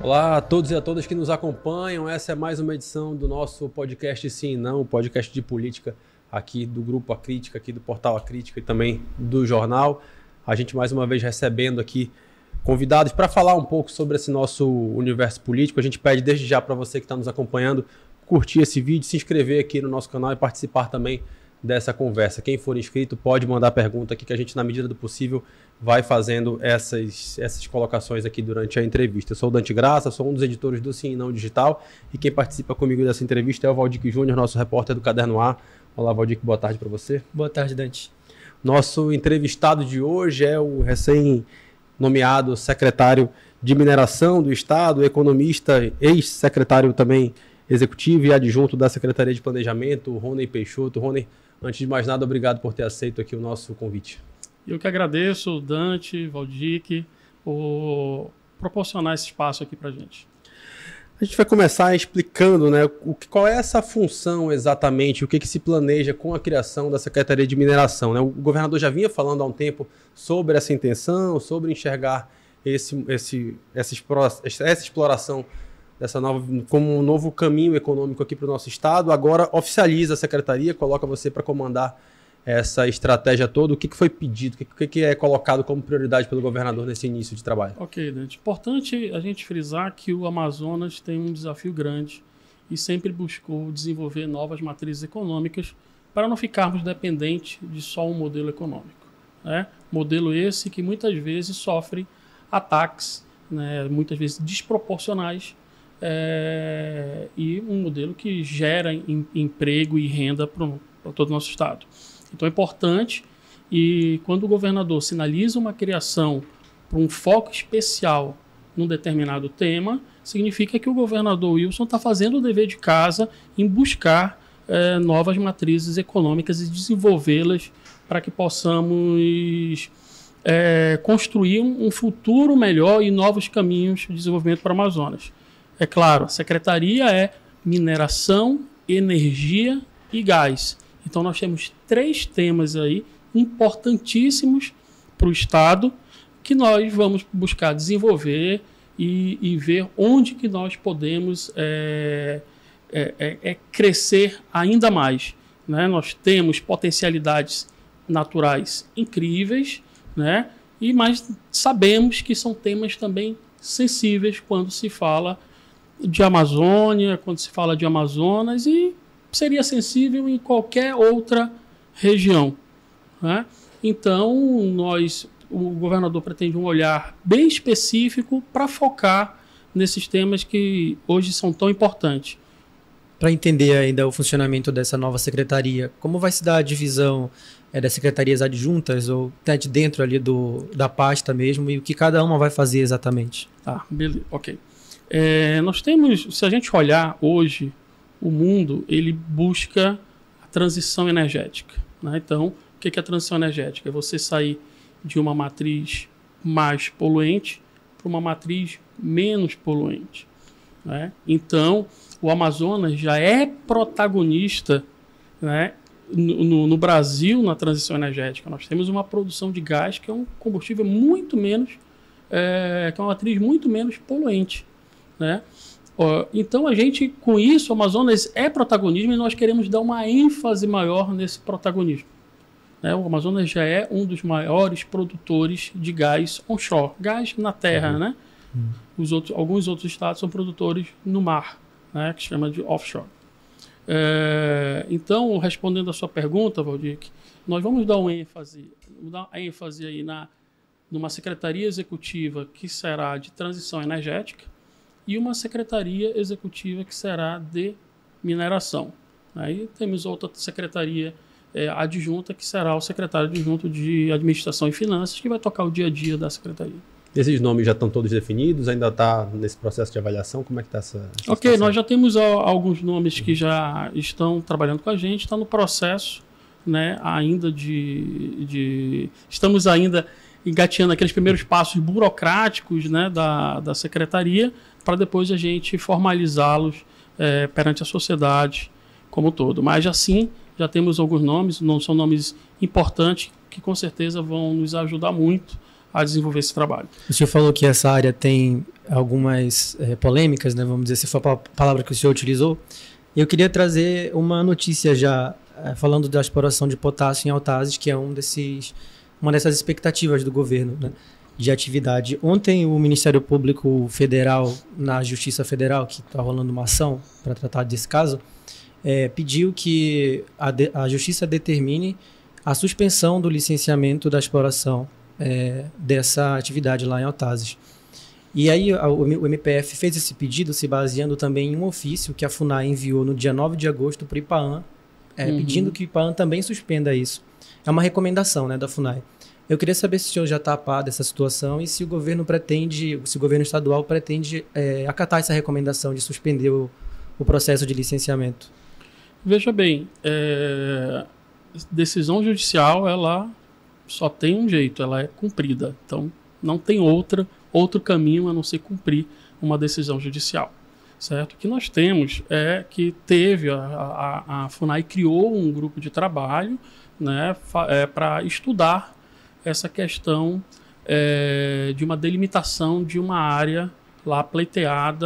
Olá a todos e a todas que nos acompanham. Essa é mais uma edição do nosso podcast Sim e Não, podcast de política aqui do Grupo A Crítica, aqui do Portal A Crítica e também do jornal. A gente mais uma vez recebendo aqui convidados para falar um pouco sobre esse nosso universo político. A gente pede desde já para você que está nos acompanhando curtir esse vídeo, se inscrever aqui no nosso canal e participar também dessa conversa. Quem for inscrito pode mandar pergunta aqui que a gente, na medida do possível, vai fazendo essas colocações aqui durante a entrevista. Eu sou o Dante Graça, sou um dos editores do Sim e Não Digital e quem participa comigo dessa entrevista é o Valdir Júnior, nosso repórter do Caderno A. Olá, Valdir, boa tarde para você. Boa tarde, Dante. Nosso entrevistado de hoje é o recém-nomeado secretário de Mineração do Estado, economista, ex-secretário também executivo e adjunto da Secretaria de Planejamento, Rony Peixoto. Rony, antes de mais nada, obrigado por ter aceito aqui o nosso convite. Eu que agradeço, Dante, Valdir, por proporcionar esse espaço aqui para a gente. A gente vai começar explicando, né, qual é essa função exatamente, o que se planeja com a criação da Secretaria de Mineração, né? O governador já vinha falando há um tempo sobre essa intenção, sobre enxergar essa exploração como um novo caminho econômico aqui para o nosso estado. Agora oficializa a secretaria, coloca você para comandar essa estratégia toda. O que foi pedido, o que é colocado como prioridade pelo governador nesse início de trabalho? Ok, Dante. Importante a gente frisar que o Amazonas tem um desafio grande e sempre buscou desenvolver novas matrizes econômicas para não ficarmos dependentes de só um modelo econômico, né? Modelo esse que muitas vezes sofre ataques, né, muitas vezes desproporcionais, e um modelo que gera emprego e renda para todo o nosso estado. Então é importante, e quando o governador sinaliza uma criação para um foco especial num determinado tema, significa que o governador Wilson está fazendo o dever de casa em buscar novas matrizes econômicas e desenvolvê-las para que possamos construir um futuro melhor e novos caminhos de desenvolvimento para o Amazonas. É claro, a secretaria é mineração, energia e gás. Então nós temos 3 temas aí importantíssimos para o estado que nós vamos buscar desenvolver e ver onde que nós podemos crescer ainda mais, né? Nós temos potencialidades naturais incríveis, né? Mas sabemos que são temas também sensíveis quando se fala de Amazônia, quando se fala de Amazonas, e seria sensível em qualquer outra região, né? Então, o governador pretende um olhar bem específico para focar nesses temas que hoje são tão importantes. Para entender ainda o funcionamento dessa nova secretaria, como vai se dar a divisão das secretarias adjuntas ou de dentro ali da pasta mesmo, e o que cada uma vai fazer exatamente? Tá, beleza, ok. Nós temos, se a gente olhar hoje, o mundo ele busca a transição energética, né? Então, o que é a transição energética? É você sair de uma matriz mais poluente para uma matriz menos poluente, né? Então, o Amazonas já é protagonista, né, no Brasil na transição energética. Nós temos uma produção de gás que é um combustível muito menos, que é uma matriz muito menos poluente, né? Então a gente, com isso, o Amazonas é protagonismo e nós queremos dar uma ênfase maior nesse protagonismo, né? O Amazonas já é um dos maiores produtores de gás onshore, gás na terra, né? Alguns outros estados são produtores no mar, né, que se chama de offshore. Então, respondendo a sua pergunta, Valdir, nós vamos dar ênfase aí numa secretaria executiva que será de transição energética e uma secretaria executiva que será de mineração. Aí temos outra secretaria adjunta que será o secretário adjunto de Administração e Finanças, que vai tocar o dia a dia da secretaria. Esses nomes já estão todos definidos? Ainda está nesse processo de avaliação? Como é que está essa Ok, situação? Nós já temos alguns nomes que já estão trabalhando com a gente, está no processo, né, ainda estamos ainda engateando aqueles primeiros passos burocráticos, né, da secretaria, para depois a gente formalizá-los perante a sociedade como um todo. Mas assim, já temos alguns nomes, não são nomes importantes, que com certeza vão nos ajudar muito a desenvolver esse trabalho. O senhor falou que essa área tem algumas polêmicas, né? Vamos dizer, se for a palavra que o senhor utilizou. Eu queria trazer uma notícia já, falando da exploração de potássio em Autazes, que é uma dessas expectativas do governo, né, de atividade. Ontem o Ministério Público Federal, na Justiça Federal, que está rolando uma ação para tratar desse caso, pediu que a Justiça determine a suspensão do licenciamento da exploração dessa atividade lá em Autazes. E aí o MPF fez esse pedido se baseando também em um ofício que a FUNAI enviou no dia 9 de agosto para o IPAAN, pedindo que o IPAAN também suspenda isso. É uma recomendação, né, da FUNAI. Eu queria saber se o senhor já está a par dessa situação e se o governo estadual pretende acatar essa recomendação de suspender o processo de licenciamento. Veja bem, decisão judicial, ela só tem um jeito, ela é cumprida. Então, não tem outro caminho a não ser cumprir uma decisão judicial, certo? O que nós temos é que a FUNAI criou um grupo de trabalho, né, para estudar essa questão de uma delimitação de uma área lá pleiteada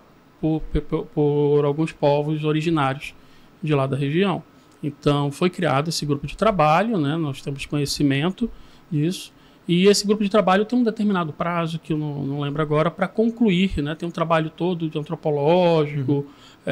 por alguns povos originários de lá da região. Então, foi criado esse grupo de trabalho, né, nós temos conhecimento disso. E esse grupo de trabalho tem um determinado prazo, que eu não lembro agora, para concluir, né? Tem um trabalho todo de antropológico,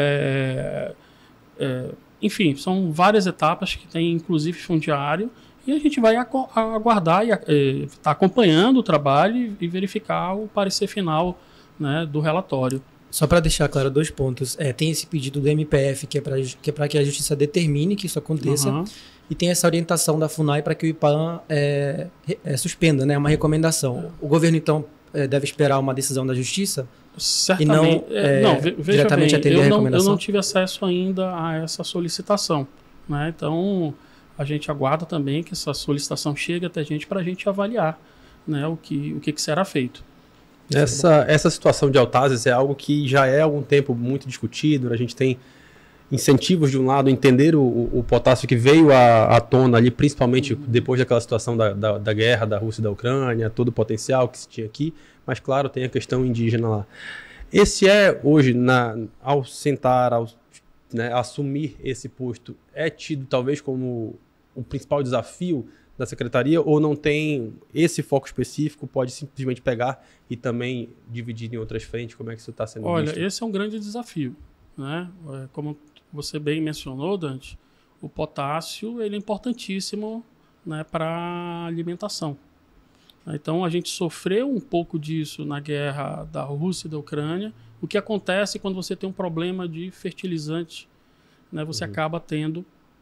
enfim, são várias etapas que tem, inclusive, fundiário, e a gente vai aguardar e tá acompanhando o trabalho e verificar o parecer final, né, do relatório. Só para deixar claro 2 pontos. Tem esse pedido do MPF, que é para que a Justiça determine que isso aconteça. E tem essa orientação da FUNAI para que o IPAAN suspenda, né? Uma recomendação. O governo, então, deve esperar uma decisão da Justiça? Certamente. E não, diretamente bem, atender a recomendação? Eu não tive acesso ainda a essa solicitação, né? Então, a gente aguarda também que essa solicitação chegue até a gente para a gente avaliar, né, o que será feito. Essa situação de Autazes é algo que já é há algum tempo muito discutido. A gente tem incentivos de um lado, entender o potássio que veio à tona ali, principalmente depois daquela situação da guerra da Rússia e da Ucrânia, todo o potencial que se tinha aqui, mas claro, tem a questão indígena lá. Esse hoje, ao sentar, assumir esse posto, é tido talvez como o principal desafio da secretaria, ou não tem esse foco específico, pode simplesmente pegar e também dividir em outras frentes? Como é que isso está sendo visto? Olha, esse é um grande desafio, né? Como você bem mencionou, Dante, o potássio ele é importantíssimo, né, para a alimentação. Então, a gente sofreu um pouco disso na guerra da Rússia e da Ucrânia. O que acontece quando você tem um problema de fertilizante, né, você acaba tendo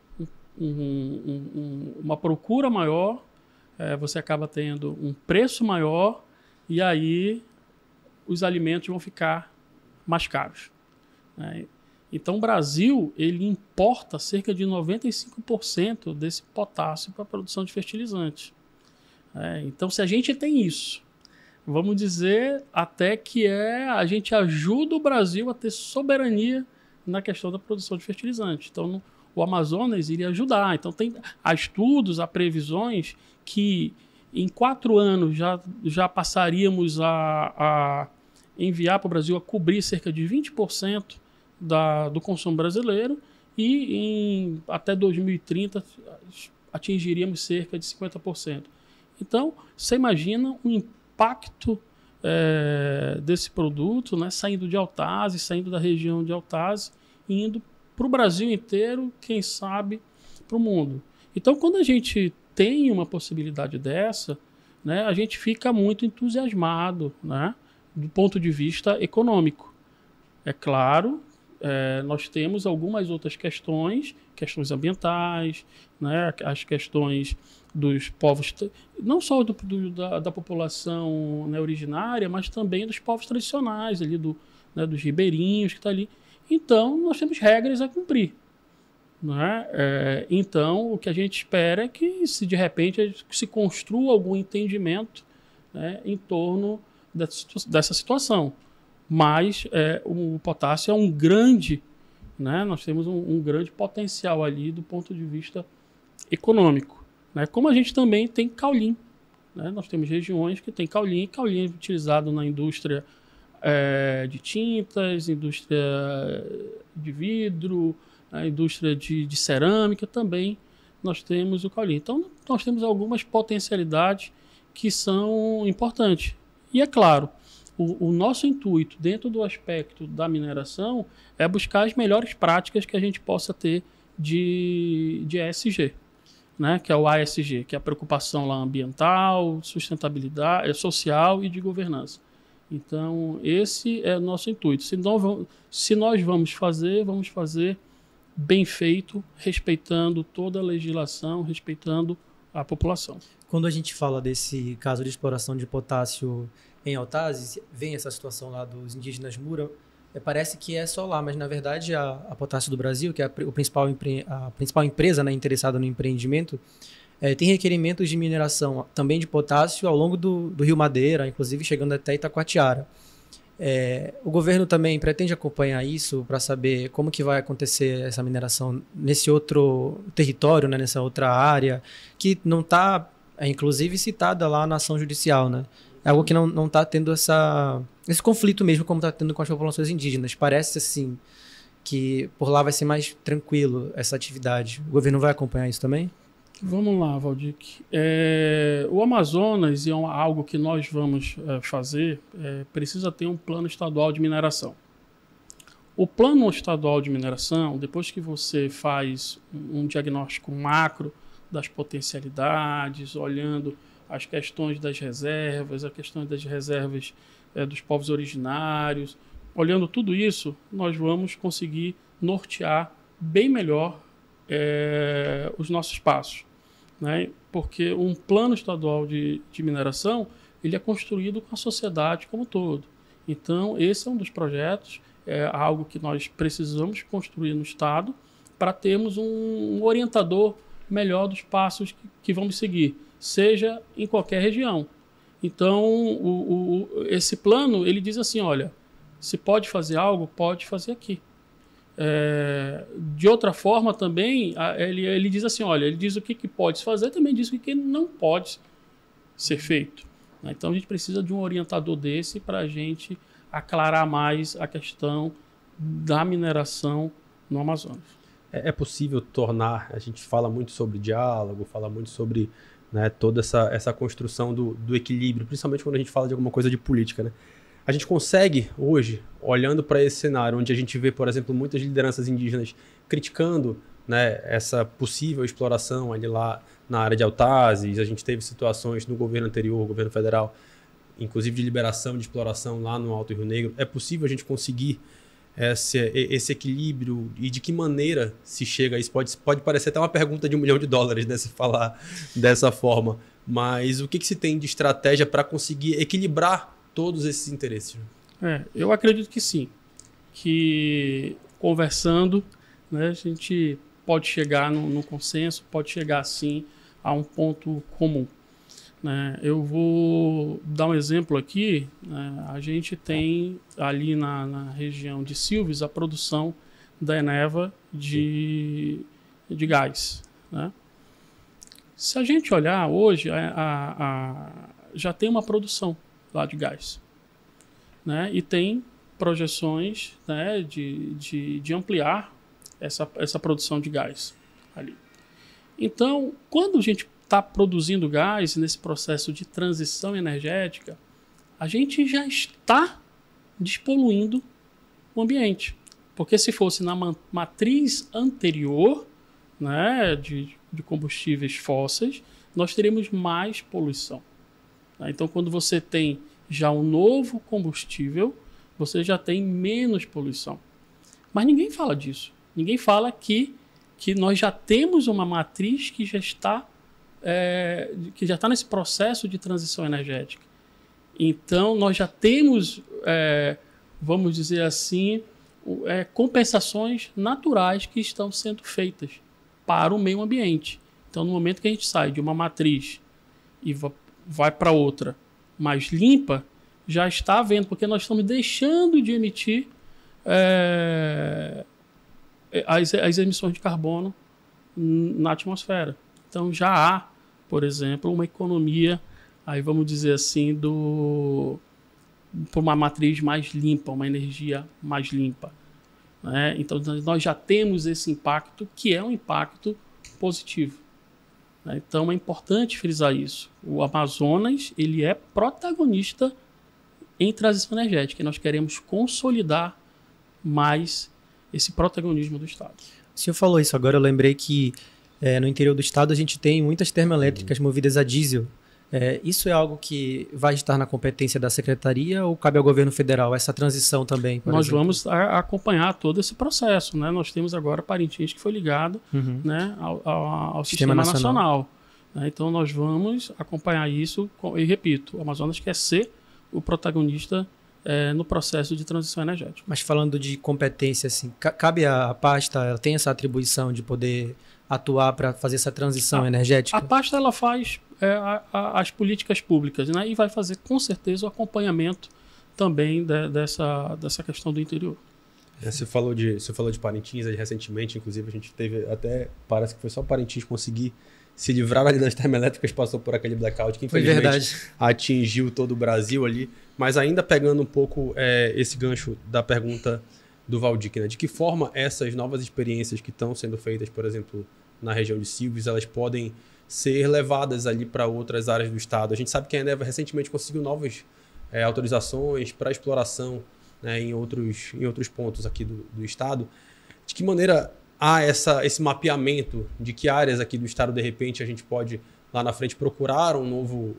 uma procura maior, você acaba tendo um preço maior, e aí os alimentos vão ficar mais caros, né? Então, o Brasil ele importa cerca de 95% desse potássio para a produção de fertilizantes. Então, se a gente tem isso, vamos dizer até que a gente ajuda o Brasil a ter soberania na questão da produção de fertilizante. Então, o Amazonas iria ajudar. Então, há estudos, há previsões que em 4 anos já passaríamos a enviar para o Brasil a cobrir cerca de 20% do consumo brasileiro, e até 2030 atingiríamos cerca de 50%. Então, você imagina o impacto desse produto, né, saindo de Autazes, saindo da região de Autazes, indo para o Brasil inteiro, quem sabe para o mundo. Então, quando a gente tem uma possibilidade dessa, né, a gente fica muito entusiasmado, né, do ponto de vista econômico. É claro, nós temos algumas outras questões ambientais, né, as questões dos povos, não só da população, né, originária, mas também dos povos tradicionais, ali dos ribeirinhos que estão ali. Então, nós temos regras a cumprir, né? Então, o que a gente espera é que, se de repente se construa algum entendimento, né, em torno dessa situação. Mas o potássio é um grande, né, nós temos um grande potencial ali do ponto de vista econômico, né? Como a gente também tem caulim, né? Nós temos regiões que tem caulim, e caulim é utilizado na indústria de tintas, indústria de vidro, a indústria de cerâmica também, nós temos o caulim. Então, nós temos algumas potencialidades que são importantes. E é claro, o nosso intuito dentro do aspecto da mineração é buscar as melhores práticas que a gente possa ter de ESG, né? Que é o ASG, que é a preocupação lá ambiental, sustentabilidade, social e de governança. Então, esse é o nosso intuito. Se nós vamos fazer bem feito, respeitando toda a legislação, respeitando a população. Quando a gente fala desse caso de exploração de potássio em Autazes, vem essa situação lá dos indígenas Mura, parece que é só lá, mas na verdade a Potássio do Brasil, que é a principal empresa, né, interessada no empreendimento, tem requerimentos de mineração também de potássio ao longo do Rio Madeira, inclusive chegando até Itacoatiara. O governo também pretende acompanhar isso para saber como que vai acontecer essa mineração nesse outro território, né, nessa outra área, que não está, inclusive, citada lá na ação judicial, né? É algo que não está tendo esse conflito mesmo como está tendo com as populações indígenas. Parece, assim, que por lá vai ser mais tranquilo essa atividade. O governo vai acompanhar isso também? Vamos lá, Valdic. O Amazonas, e é algo que nós vamos fazer, precisa ter um plano estadual de mineração. O plano estadual de mineração, depois que você faz um diagnóstico macro das potencialidades, olhando as questões das reservas, as questões das reservas dos povos originários, olhando tudo isso, nós vamos conseguir nortear bem melhor os nossos passos, né? Porque um plano estadual de mineração ele é construído com a sociedade como um todo. Então, esse é um dos projetos, algo que nós precisamos construir no Estado para termos um orientador melhor dos passos que vamos seguir, seja em qualquer região. Então, esse plano ele diz assim, olha, se pode fazer algo, pode fazer aqui. De outra forma também, ele diz assim, olha, ele diz o que pode fazer, também diz o que não pode ser feito. Então a gente precisa de um orientador desse para a gente aclarar mais a questão da mineração no Amazonas. É possível tornar, a gente fala muito sobre diálogo, fala muito sobre, né, toda essa construção do equilíbrio, principalmente quando a gente fala de alguma coisa de política, né? A gente consegue, hoje, olhando para esse cenário, onde a gente vê, por exemplo, muitas lideranças indígenas criticando, né, essa possível exploração ali lá na área de Autazes, a gente teve situações no governo anterior, governo federal, inclusive de liberação de exploração lá no Alto Rio Negro. É possível a gente conseguir esse equilíbrio e de que maneira se chega a isso? Pode parecer até uma pergunta de $1 milhão, né, se falar dessa forma, mas o que se tem de estratégia para conseguir equilibrar todos esses interesses? Eu acredito que sim, que conversando, né, a gente pode chegar no consenso, pode chegar sim a um ponto comum, né? Eu vou dar um exemplo aqui, né? A gente tem ali na região de Silves a produção da Eneva de gás, né? Se a gente olhar hoje, já tem uma produção lá de gás, né? E tem projeções, né, de ampliar essa produção de gás ali. Então, quando a gente está produzindo gás nesse processo de transição energética, a gente já está despoluindo o ambiente. Porque se fosse na matriz anterior, né, de combustíveis fósseis, nós teríamos mais poluição. Então, quando você tem já um novo combustível, você já tem menos poluição. Mas ninguém fala disso. Ninguém fala que nós já temos uma matriz que já está nesse processo de transição energética. Então, nós já temos, vamos dizer assim, compensações naturais que estão sendo feitas para o meio ambiente. Então, no momento que a gente sai de uma matriz e vai para outra mais limpa, já está havendo, porque nós estamos deixando de emitir as emissões de carbono na atmosfera. Então já há, por exemplo, uma economia aí vamos dizer assim, por uma matriz mais limpa, uma energia mais limpa, né? Então, nós já temos esse impacto, que é um impacto positivo, né? Então, é importante frisar isso. O Amazonas, ele é protagonista em transição energética, e nós queremos consolidar mais esse protagonismo do Estado. O senhor falou isso agora, eu lembrei que no interior do estado a gente tem muitas termoelétricas movidas a diesel. Isso é algo que vai estar na competência da secretaria ou cabe ao governo federal essa transição também? Nós vamos acompanhar todo esse processo, né? Nós temos agora Parintins que foi ligado, né, ao Sistema Nacional. Né? Então nós vamos acompanhar isso e, repito, o Amazonas quer ser o protagonista no processo de transição energética. Mas falando de competência, assim, cabe à pasta, ela tem essa atribuição de poder atuar para fazer essa transição energética? A pasta ela faz as políticas públicas, né? E vai fazer com certeza o acompanhamento também dessa questão do interior. Você falou de Parintins recentemente, inclusive a gente teve até, parece que foi só Parintins conseguir se livrar ali das termoelétricas, passou por aquele blackout que infelizmente atingiu todo o Brasil ali. Mas ainda pegando um pouco esse gancho da pergunta do Valdir, né? De que forma essas novas experiências que estão sendo feitas, por exemplo, na região de Silves, elas podem ser levadas ali para outras áreas do estado? A gente sabe que a Eneva recentemente conseguiu novas autorizações para exploração, né, em outros pontos aqui do estado. De que maneira há esse mapeamento de que áreas aqui do estado, de repente, a gente pode, lá na frente, procurar um novo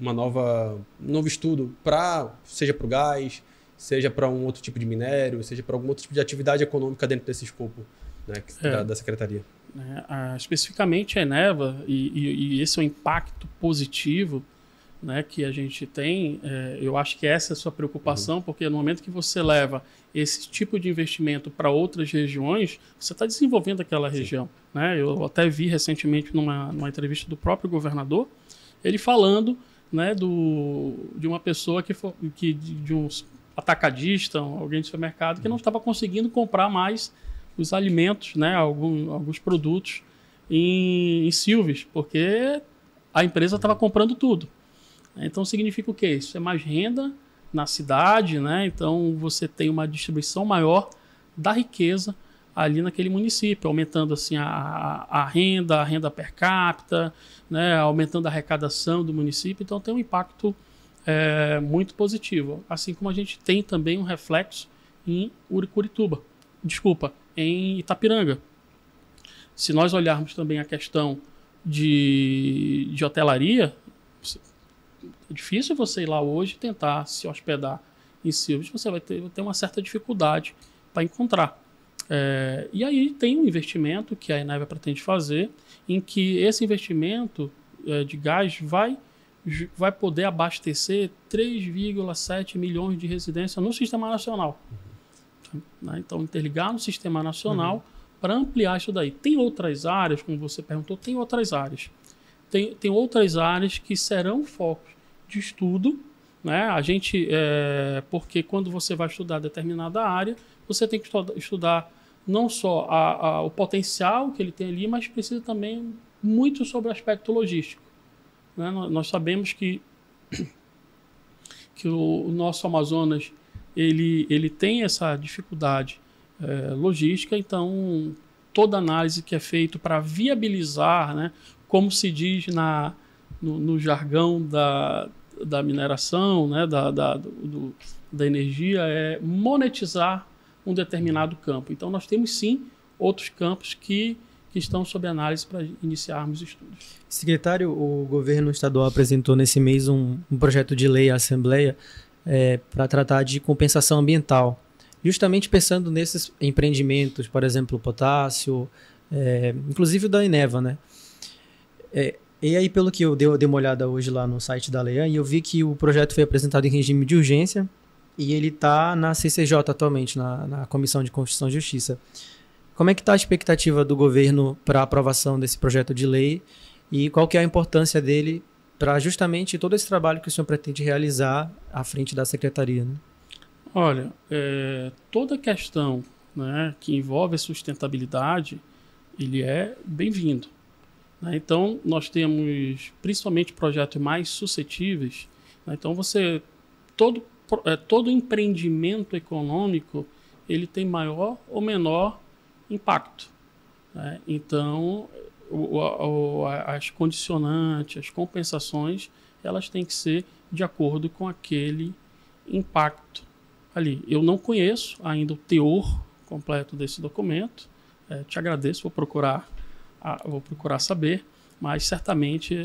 estudo, seja para o gás, seja para um outro tipo de minério, seja para algum outro tipo de atividade econômica dentro desse escopo, né, da Secretaria? Especificamente a Eneva, e esse é o impacto positivo, né, que a gente tem, eu acho que essa é a sua preocupação, porque no momento que você leva esse tipo de investimento para outras regiões, você está desenvolvendo aquela região. Né? Eu até vi recentemente numa entrevista do próprio governador, ele falando, né, de uma pessoa de um atacadista, alguém de supermercado, que não estava conseguindo comprar mais os alimentos, né, alguns produtos em Silves, porque a empresa estava comprando tudo. Então significa o quê? Isso é mais renda na cidade, né? Então você tem uma distribuição maior da riqueza ali naquele município, aumentando assim a renda per capita, né? Aumentando a arrecadação do município. Então tem um impacto muito positivo. Assim como a gente tem também um reflexo em em Itapiranga. Se nós olharmos também a questão de hotelaria, é difícil você ir lá hoje tentar se hospedar em Silves, você vai ter uma certa dificuldade para encontrar. E aí tem um investimento que a Eneva pretende fazer, em que esse investimento de gás vai poder abastecer 3,7 milhões de residências no Sistema Nacional. Então, interligar no Sistema Nacional para ampliar isso daí. Tem outras áreas, como você perguntou, tem outras áreas. Tem outras áreas que serão focos de estudo, né? Porque quando você vai estudar determinada área, você tem que estudar não só o potencial que ele tem ali, mas precisa também muito sobre o aspecto logístico. Né? Nós sabemos que o nosso Amazonas ele tem essa dificuldade logística, então toda análise que é feita para viabilizar, né, como se diz no jargão da mineração, né, da energia, é monetizar um determinado campo. Então nós temos sim outros campos que estão sob análise para iniciarmos estudos. Secretário, o governo estadual apresentou nesse mês um projeto de lei à Assembleia para tratar de compensação ambiental, justamente pensando nesses empreendimentos, por exemplo, o potássio, inclusive o da Eneva, né? E aí, pelo que eu dei uma olhada hoje lá no site da Lean, eu vi que o projeto foi apresentado em regime de urgência e ele está na CCJ atualmente, na Comissão de Constituição e Justiça. Como é que está a expectativa do governo para a aprovação desse projeto de lei e qual que é a importância dele para justamente todo esse trabalho que o senhor pretende realizar à frente da secretaria, né? Olha, toda questão, né, que envolve a sustentabilidade, ele é bem-vindo. né? Então, nós temos principalmente projetos mais suscetíveis, né? Então, todo empreendimento econômico ele tem maior ou menor impacto, né? Então, as condicionantes, as compensações, elas têm que ser de acordo com aquele impacto ali. Eu não conheço ainda o teor completo desse documento, te agradeço, vou procurar saber, mas certamente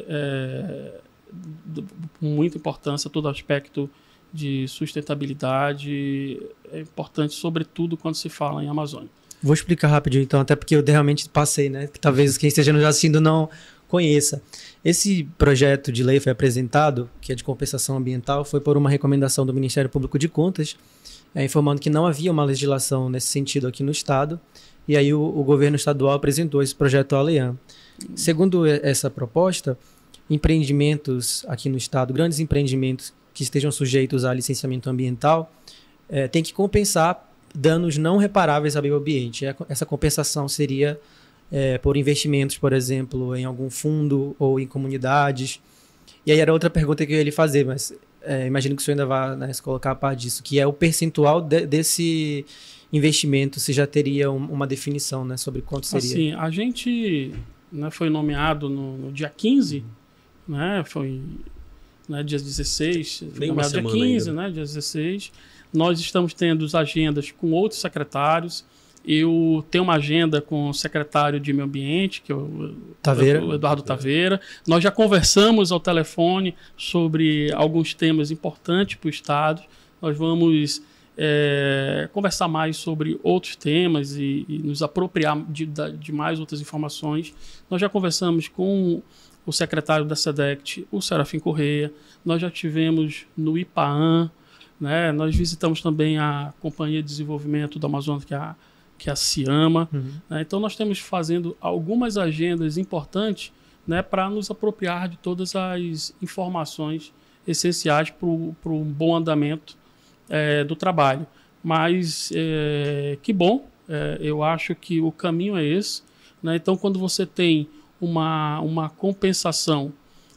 com muita importância todo aspecto de sustentabilidade é importante, sobretudo quando se fala em Amazônia. Vou explicar rapidinho então, até porque eu realmente passei, né? Que talvez quem esteja nos assistindo não conheça. Esse projeto de lei foi apresentado, que é de compensação ambiental, foi por uma recomendação do Ministério Público de Contas, informando que não havia uma legislação nesse sentido aqui no Estado, e aí o governo estadual apresentou esse projeto à ALEAM. Segundo essa proposta, empreendimentos aqui no Estado, grandes empreendimentos que estejam sujeitos a licenciamento ambiental, tem que compensar danos não reparáveis ao meio ambiente. Essa compensação seria por investimentos, por exemplo, em algum fundo ou em comunidades. E aí era outra pergunta que eu ia lhe fazer, mas imagino que o senhor ainda vai, né, se colocar a par disso, que é o percentual desse investimento, se já teria uma definição, né, sobre quanto seria. Assim, a gente, né, foi nomeado no dia 15, né, foi dia 16, foi nomeado dia 15, né, dia 16. Nós estamos tendo agendas com outros secretários. Eu tenho uma agenda com o secretário de Meio Ambiente, que é o Eduardo Taveira. Nós já conversamos ao telefone sobre alguns temas importantes para o Estado. Nós vamos conversar mais sobre outros temas e nos apropriar de mais outras informações. Nós já conversamos com o secretário da SEDECT, o Serafim Correia. Nós já tivemos no IPAAN, né? Nós visitamos também a Companhia de Desenvolvimento do Amazonas, que é a CIAMA. Né? Então, nós estamos fazendo algumas agendas importantes, né, para nos apropriar de todas as informações essenciais para um bom andamento do trabalho. Mas, que bom, eu acho que o caminho é esse. Né? Então, quando você tem uma compensação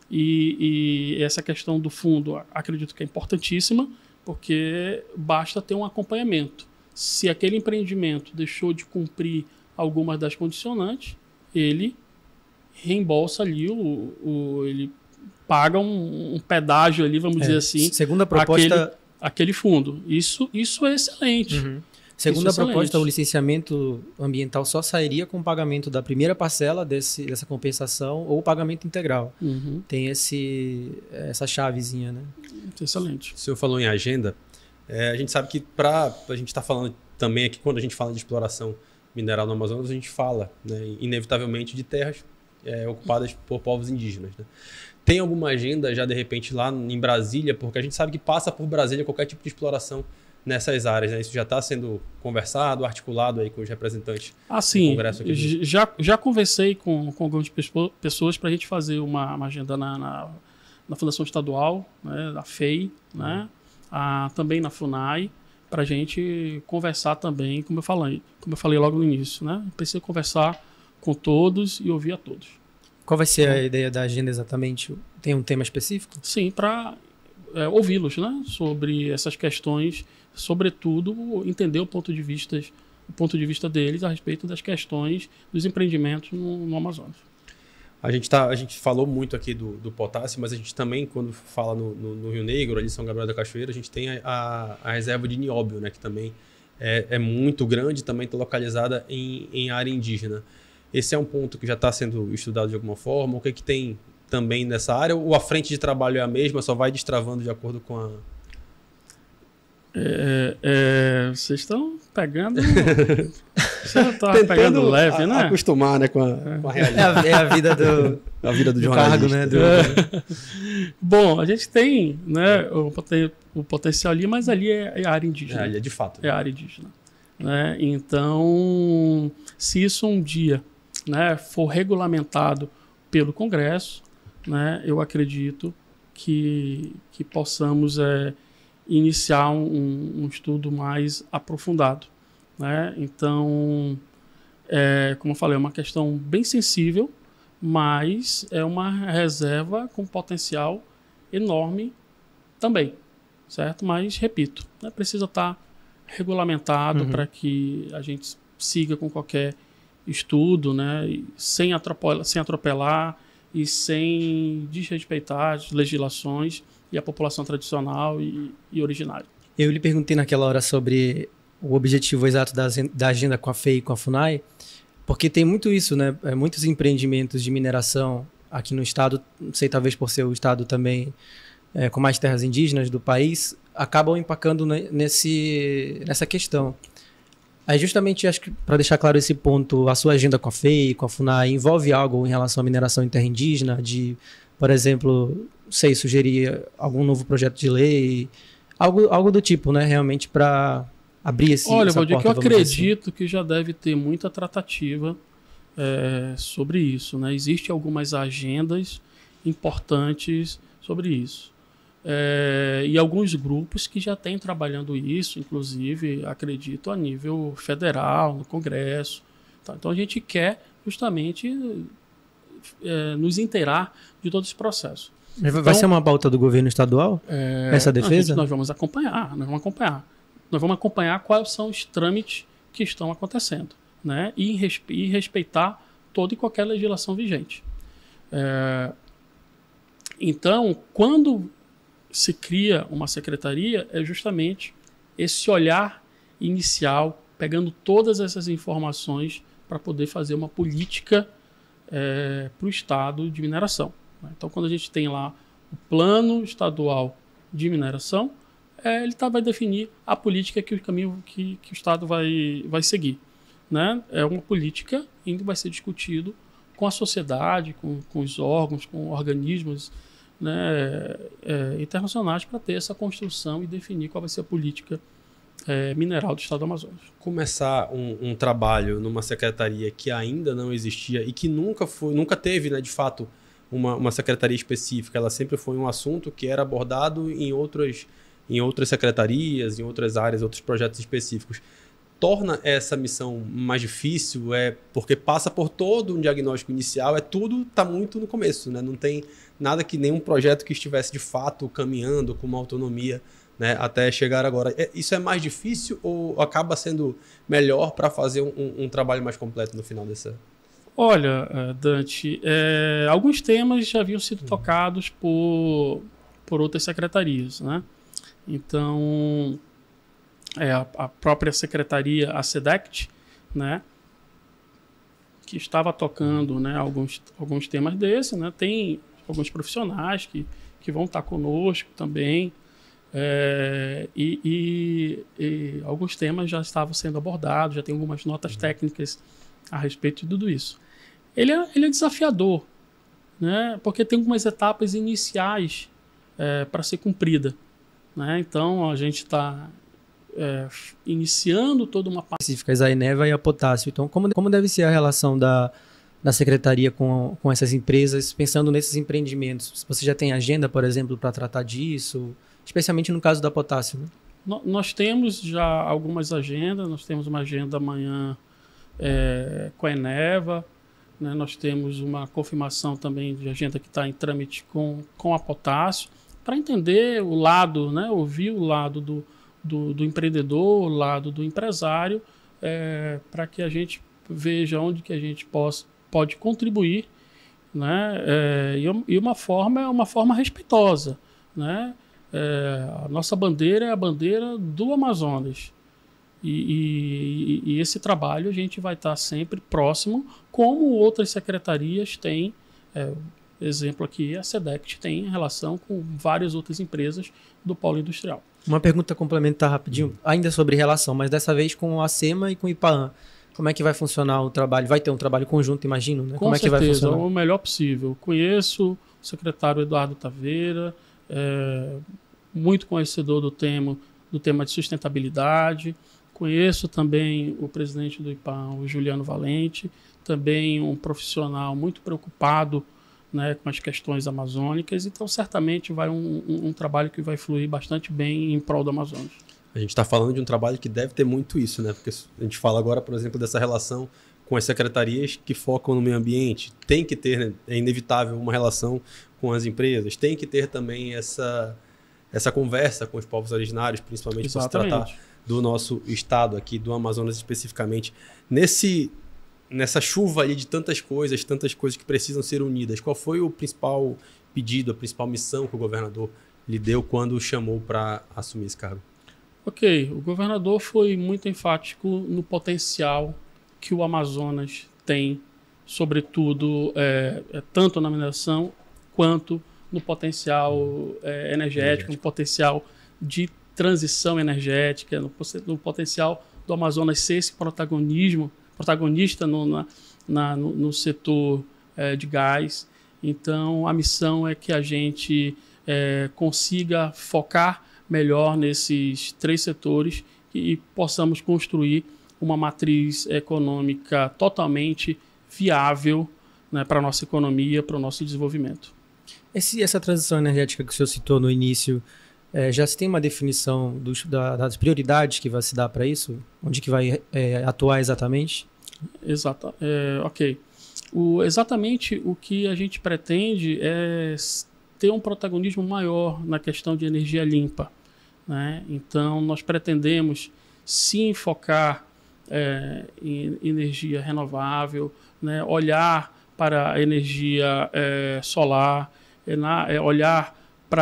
e essa questão do fundo, acredito que é importantíssima, porque basta ter um acompanhamento. Se aquele empreendimento deixou de cumprir algumas das condicionantes, ele reembolsa ali, ele paga um pedágio ali, vamos dizer assim. Segundo a proposta... Aquele fundo. Isso é excelente. Uhum. Segundo a proposta, o licenciamento ambiental só sairia com o pagamento da primeira parcela dessa compensação ou o pagamento integral. Uhum. Tem essa chavezinha, né? Excelente. O senhor falou em agenda. A gente sabe que a gente está falando também aqui, quando a gente fala de exploração mineral no Amazonas, a gente fala, né, inevitavelmente de terras ocupadas por povos indígenas. Né? Tem alguma agenda já, de repente, lá em Brasília? Porque a gente sabe que passa por Brasília qualquer tipo de exploração nessas áreas, né? Isso já está sendo conversado, articulado aí com os representantes do Congresso aqui. Já conversei com algumas pessoas para a gente fazer uma agenda na Fundação Estadual, né, da FEI, né, também na FUNAI, para a gente conversar também, como eu falei logo no início. Né? Precisa conversar com todos e ouvir a todos. Qual vai ser a ideia da agenda exatamente? Tem um tema específico? Sim, para ouvi-los, né, sobre essas questões, sobretudo entender o ponto de vista deles a respeito das questões dos empreendimentos no Amazonas. A gente falou muito aqui do potássio, mas a gente também, quando fala no Rio Negro, ali em São Gabriel da Cachoeira, a gente tem a reserva de nióbio, né, que também é muito grande, também está localizada em área indígena. Esse é um ponto que já está sendo estudado de alguma forma? O que tem também nessa área? Ou a frente de trabalho é a mesma, só vai destravando de acordo com a... Vocês estão pegando... Você está pegando leve, né? Acostumar, né, com a realidade. É a vida do jornalista. Cargo, né? Bom, a gente tem, né, o potencial ali, mas ali é a área indígena. Ali é de fato. É a área indígena. Né? Então, se isso um dia, né, for regulamentado pelo Congresso, né, eu acredito que possamos iniciar um estudo mais aprofundado. Né? Então, como eu falei, é uma questão bem sensível, mas é uma reserva com potencial enorme também, certo? Mas, repito, né, precisa estar regulamentado para que a gente siga com qualquer estudo, né, sem atropelar e sem desrespeitar as legislações e a população tradicional e originária. Eu lhe perguntei naquela hora sobre o objetivo exato da agenda com a FEI e com a FUNAI, porque tem muito isso, né? Muitos empreendimentos de mineração aqui no estado, não sei, talvez por ser o estado também com mais terras indígenas do país, acabam empacando nessa questão. Aí justamente, acho que para deixar claro esse ponto, a sua agenda com a FEI, com a FUNAI, envolve algo em relação à mineração em terra indígena, de, por exemplo, sei, sugerir algum novo projeto de lei, algo do tipo, né? Realmente para abrir essa porta. Olha, Valdir, que eu acredito que já deve ter muita tratativa sobre isso, né? Existem algumas agendas importantes sobre isso. E alguns grupos que já têm trabalhando isso, inclusive, acredito, a nível federal, no Congresso. Tá? Então, a gente quer justamente nos inteirar de todo esse processo. Vai ser uma pauta do governo estadual, essa defesa? Nós vamos acompanhar. Nós vamos acompanhar quais são os trâmites que estão acontecendo, né? E respeitar toda e qualquer legislação vigente. Então, quando se cria uma secretaria, é justamente esse olhar inicial, pegando todas essas informações para poder fazer uma política para o estado de mineração. Então, quando a gente tem lá o plano estadual de mineração, ele vai definir a política, que o caminho que o estado vai seguir, né? É uma política em que vai ser discutido com a sociedade, com os órgãos, com organismos, né, internacionais, para ter essa construção e definir qual vai ser a política mineral do estado do Amazonas. Começar um trabalho numa secretaria que ainda não existia e que nunca teve, né, de fato, uma secretaria específica, ela sempre foi um assunto que era abordado em outras secretarias, em outras áreas, outros projetos específicos. Torna essa missão mais difícil, porque passa por todo um diagnóstico inicial, tudo está muito no começo, né? Não tem nada que nenhum projeto que estivesse de fato caminhando com uma autonomia, né, até chegar agora. Isso é mais difícil ou acaba sendo melhor para fazer um trabalho mais completo no final dessa? Olha, Dante, alguns temas já haviam sido tocados por outras secretarias, né? Então, a própria secretaria, a SEDECT, né, que estava tocando, né, alguns temas desses, né? Tem alguns profissionais que vão estar conosco também, e alguns temas já estavam sendo abordados, já tem algumas notas técnicas a respeito de tudo isso. Ele é desafiador, né? Porque tem algumas etapas iniciais para ser cumprida, né? Então, a gente está iniciando toda uma parte específicas, a Eneva e a Potássio. Então, como deve ser a relação da secretaria com essas empresas, pensando nesses empreendimentos? Você já tem agenda, por exemplo, para tratar disso, especialmente no caso da Potássio, né? Nós temos já algumas agendas. Nós temos uma agenda amanhã com a Eneva, né? Nós temos uma confirmação também de agenda que está em trâmite com a Potássio, para entender o lado, né? Ouvir o lado do empreendedor, o lado do empresário, para que a gente veja onde que a gente pode contribuir, né? E uma forma respeitosa, né? A nossa bandeira é a bandeira do Amazonas. E esse trabalho a gente vai estar sempre próximo, como outras secretarias têm. Exemplo aqui, a SEDECT tem relação com várias outras empresas do polo industrial. Uma pergunta complementar rapidinho, ainda sobre relação, mas dessa vez com a SEMA e com o IPAAN. Como é que vai funcionar o trabalho? Vai ter um trabalho conjunto, imagino, né? Com certeza, que vai funcionar? O melhor possível. Conheço o secretário Eduardo Taveira, muito conhecedor do tema de sustentabilidade. Conheço também o presidente do IPAAN, o Juliano Valente, também um profissional muito preocupado, né, com as questões amazônicas. Então, certamente, vai um trabalho que vai fluir bastante bem em prol do Amazonas. A gente está falando de um trabalho que deve ter muito isso, né? Porque a gente fala agora, por exemplo, dessa relação com as secretarias que focam no meio ambiente. Tem que ter, né, é inevitável, uma relação com as empresas. Tem que ter também essa conversa com os povos originários, principalmente por se tratar do nosso estado aqui, do Amazonas especificamente. Nessa chuva ali de tantas coisas que precisam ser unidas, qual foi o principal pedido, a principal missão que o governador lhe deu quando o chamou para assumir esse cargo? Ok, o governador foi muito enfático no potencial que o Amazonas tem, sobretudo, tanto na mineração quanto no potencial energético, no potencial de transição energética, no potencial do Amazonas ser esse protagonista no setor de gás. Então, a missão é que a gente consiga focar melhor nesses 3 setores e possamos construir uma matriz econômica totalmente viável, né, para a nossa economia, para o nosso desenvolvimento. Essa transição energética que o senhor citou no início, já se tem uma definição das prioridades que vai se dar para isso? Onde que vai atuar exatamente? Exato. Ok. Exatamente o que a gente pretende é ter um protagonismo maior na questão de energia limpa, né? Então, nós pretendemos sim focar em energia renovável, né? Olhar para a energia solar, olhar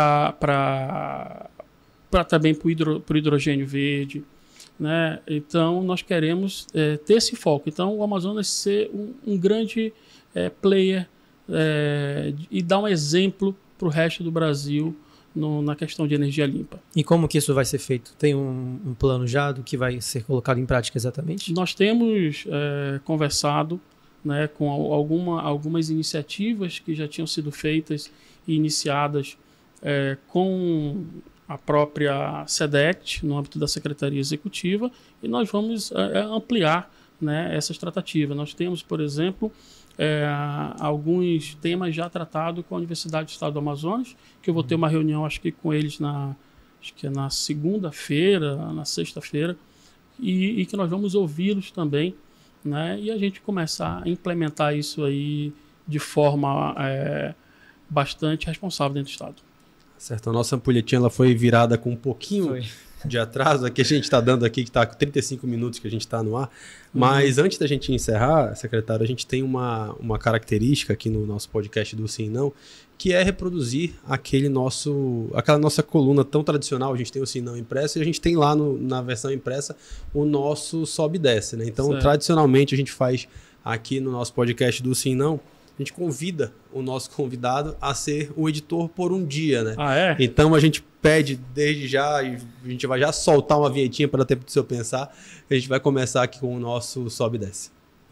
também para o hidrogênio verde, né? Então, nós queremos ter esse foco. Então, o Amazonas ser um grande player e dar um exemplo para o resto do Brasil na questão de energia limpa. E como que isso vai ser feito? Tem um plano já do que vai ser colocado em prática exatamente? Nós temos conversado, né, com algumas iniciativas que já tinham sido feitas e iniciadas com a própria SEDECT, no âmbito da Secretaria Executiva, e nós vamos ampliar, né, essas tratativas. Nós temos, por exemplo, alguns temas já tratados com a Universidade do Estado do Amazonas, que eu vou ter uma reunião, acho que com eles na segunda-feira, na sexta-feira, e que nós vamos ouvi-los também, né, e a gente começar a implementar isso aí de forma bastante responsável dentro do Estado. Certo, a nossa ampulhetinha ela foi virada com um pouquinho de atraso, aqui a gente está dando aqui, que está com 35 minutos que a gente está no ar, mas antes da gente encerrar, secretário, a gente tem uma característica aqui no nosso podcast do Sim e Não, que é reproduzir aquela nossa coluna tão tradicional. A gente tem o Sim e Não impresso e a gente tem lá na versão impressa o nosso sobe e desce, né? Então, tradicionalmente, a gente faz aqui no nosso podcast do Sim e Não, a gente convida o nosso convidado a ser o editor por um dia, né? Ah, é? Então a gente pede desde já, e a gente vai já soltar uma vinhetinha para dar tempo do senhor pensar. A gente vai começar aqui com o nosso sobe e desce.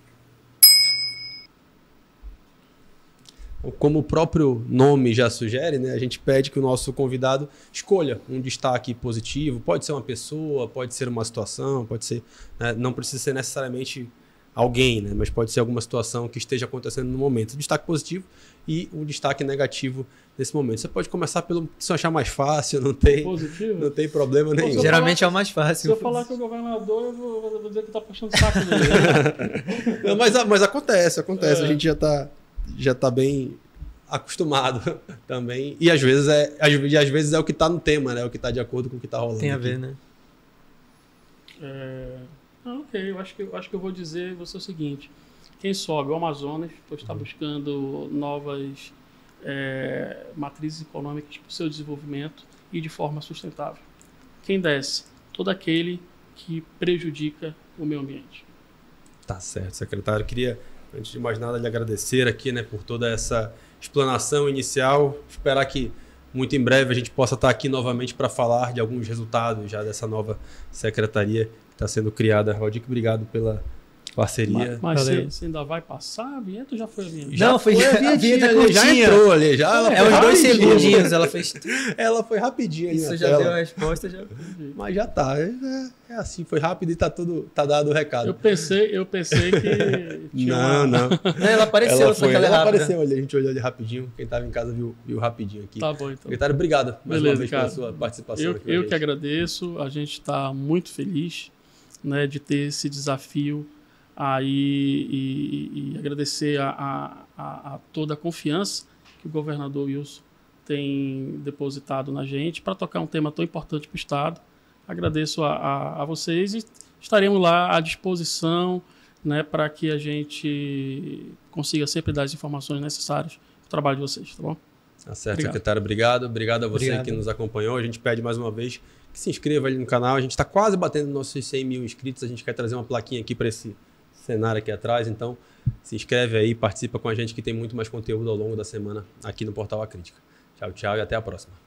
Como o próprio nome já sugere, né, a gente pede que o nosso convidado escolha um destaque positivo. Pode ser uma pessoa, pode ser uma situação, pode ser, né, não precisa ser necessariamente alguém, né, mas pode ser alguma situação que esteja acontecendo no momento. Um destaque positivo e um destaque negativo nesse momento. Você pode começar pelo que você achar mais fácil, não tem problema nenhum. Geralmente é o mais fácil. Se eu falar com o governador, eu vou dizer que está puxando o saco dele. Não, mas acontece. A gente já tá bem acostumado também. E às vezes é o que está no tema, né? O que está de acordo com o que está rolando. Tem a ver, né? Ok, eu acho que eu vou dizer você o seguinte: quem sobe o Amazonas, pois está buscando novas matrizes econômicas para o seu desenvolvimento e de forma sustentável. Quem desce? Todo aquele que prejudica o meio ambiente. Tá certo, secretário. Queria, antes de mais nada, lhe agradecer aqui, né, por toda essa explanação inicial. Esperar que muito em breve a gente possa estar aqui novamente para falar de alguns resultados já dessa nova secretaria que está sendo criada. Valdir, obrigado pela parceria. Mas você ainda vai passar a vinheta ou já foi a vinheta? Não, foi a vinheta curtinha. Já entrou ali. Uns 2 segundinhos ela fez. Ela foi rapidinho ali. Isso já deu a resposta. Já. Mas já tá. É assim, foi rápido e tá dado o recado. Eu pensei que tinha Não. Ela apareceu, só que ela é rápida. Apareceu ali, a gente olhou ali rapidinho. Quem estava em casa viu rapidinho aqui. Tá bom, então. Secretário, obrigado mais uma vez pela sua participação aqui. Eu que agradeço. A gente está muito feliz, né, de ter esse desafio aí e agradecer a toda a confiança que o governador Wilson tem depositado na gente para tocar um tema tão importante para o Estado. Agradeço a vocês e estaremos lá à disposição, né, para que a gente consiga sempre dar as informações necessárias para o trabalho de vocês, tá bom? Tá certo, secretário. Obrigado. Obrigado a você que nos acompanhou. A gente pede mais uma vez que se inscreva ali no canal. A gente está quase batendo nossos 100 mil inscritos. A gente quer trazer uma plaquinha aqui para esse cenário aqui atrás. Então, se inscreve aí, participa com a gente que tem muito mais conteúdo ao longo da semana aqui no Portal A Crítica. Tchau, tchau e até a próxima.